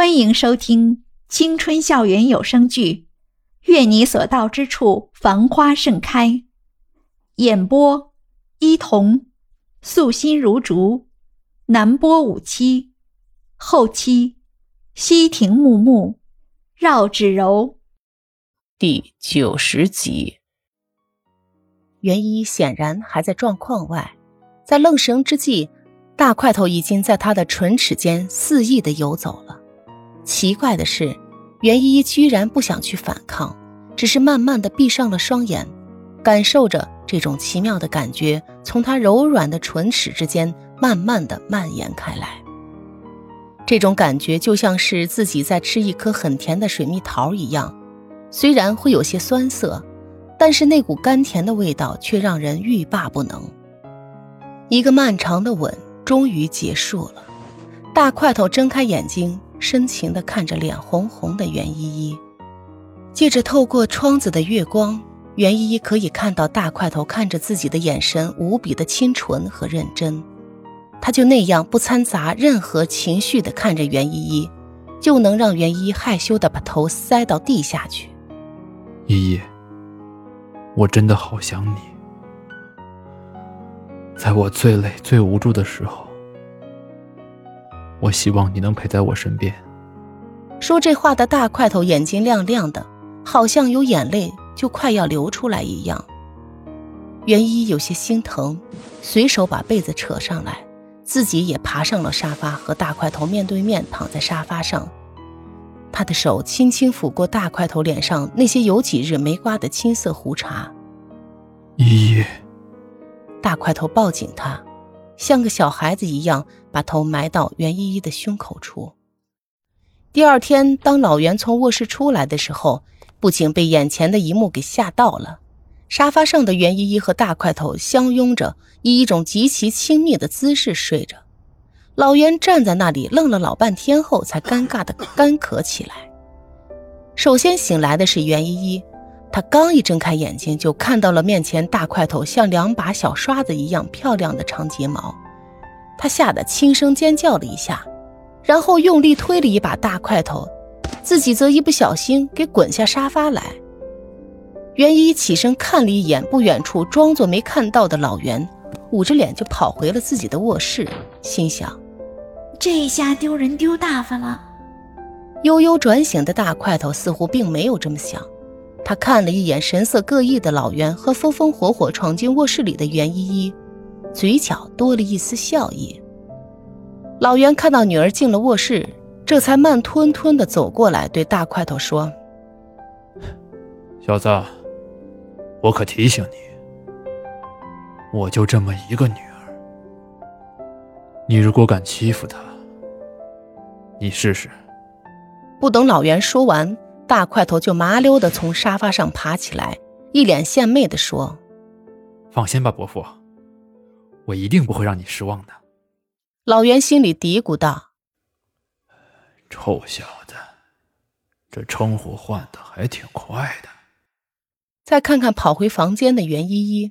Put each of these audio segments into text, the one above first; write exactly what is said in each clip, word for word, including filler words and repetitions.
欢迎收听青春校园有声剧《愿你所到之处繁花盛开》，演播伊童，素心如竹，南波五七，后期西亭木木，绕指柔。 第九十集。袁一显然还在状况外，在愣神之际，大块头已经在他的唇齿间肆意地游走了。奇怪的是，袁一居然不想去反抗，只是慢慢地闭上了双眼，感受着这种奇妙的感觉从他柔软的唇齿之间慢慢地蔓延开来。这种感觉就像是自己在吃一颗很甜的水蜜桃一样，虽然会有些酸涩，但是那股甘甜的味道却让人欲罢不能。一个漫长的吻终于结束了，大块头睁开眼睛，深情地看着脸红红的袁依依。借着透过窗子的月光，袁依依可以看到大块头看着自己的眼神无比的清纯和认真。他就那样不掺杂任何情绪地看着袁依依，就能让袁依依害羞地把头塞到地下去。 依依，我真的好想你。在我最累最无助的时候，我希望你能陪在我身边。 说这话的大块头眼睛亮亮的，好像有眼泪就快要流出来一样。袁一有些心疼，随手把被子扯上来，自己也爬上了沙发，和大块头面对面躺在沙发上。他的手轻轻抚过大块头脸上那些有几日没刮的青色胡茬。 依依， 大块头抱紧他，像个小孩子一样把头埋到袁依依的胸口处。第二天，当老袁从卧室出来的时候，不仅被眼前的一幕给吓到了。沙发上的袁依依和大块头相拥着，以一种极其亲密的姿势睡着。老袁站在那里愣了老半天后，才尴尬地干咳起来。首先醒来的是袁依依，她刚一睁开眼睛，就看到了面前大块头像两把小刷子一样漂亮的长睫毛。她吓得轻声尖叫了一下，然后用力推了一把大块头，自己则一不小心给滚下沙发来。袁依依起身看了一眼不远处装作没看到的老袁，捂着脸就跑回了自己的卧室，心想这一下丢人丢大发了。 悠悠转醒的大块头似乎并没有这么想，他看了一眼神色各异的老袁和风风火火闯进卧室里的袁依依，嘴角多了一丝笑意。老袁看到女儿进了卧室，这才慢吞吞地走过来，对大块头说： 小子，我可提醒你，我就这么一个女儿，你如果敢欺负她，你试试。 不等老袁说完，大块头就麻溜地从沙发上爬起来，一脸献媚地说： 放心吧，伯父，我一定不会让你失望的。 老袁心里嘀咕道： 臭小子，这称呼换得还挺快的。 再看看跑回房间的袁依依，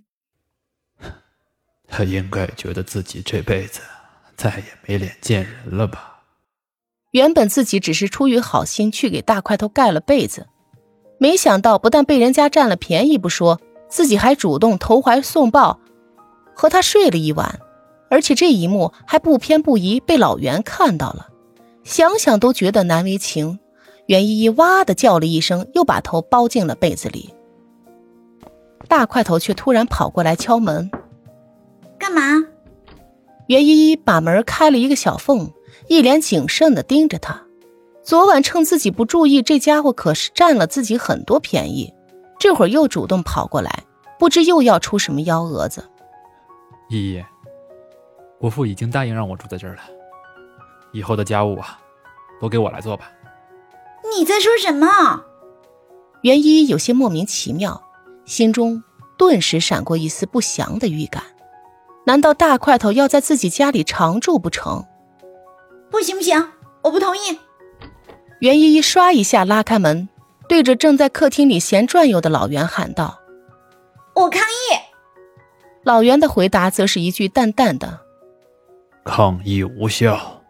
他应该觉得自己这辈子再也没脸见人了吧。 原本自己只是出于好心去给大块头盖了被子，没想到不但被人家占了便宜不说，自己还主动投怀送抱和他睡了一晚，而且这一幕还不偏不倚被老袁看到了，想想都觉得难为情。袁依依哇地叫了一声，又把头包进了被子里。大块头却突然跑过来敲门。 干嘛？ 袁依依把门开了一个小缝，一脸谨慎地盯着他。昨晚趁自己不注意，这家伙可是占了自己很多便宜，这会儿又主动跑过来，不知又要出什么幺蛾子。 依依，伯父已经答应让我住在这儿了，以后的家务啊，都给我来做吧。 你在说什么？ 袁依依有些莫名其妙，心中顿时闪过一丝不祥的预感。难道大块头要在自己家里常住不成？ 不行不行，我不同意。 袁依依刷一下拉开门，对着正在客厅里闲转悠的老袁喊道： 我抗议。 老袁的回答则是一句淡淡的： 抗议无效。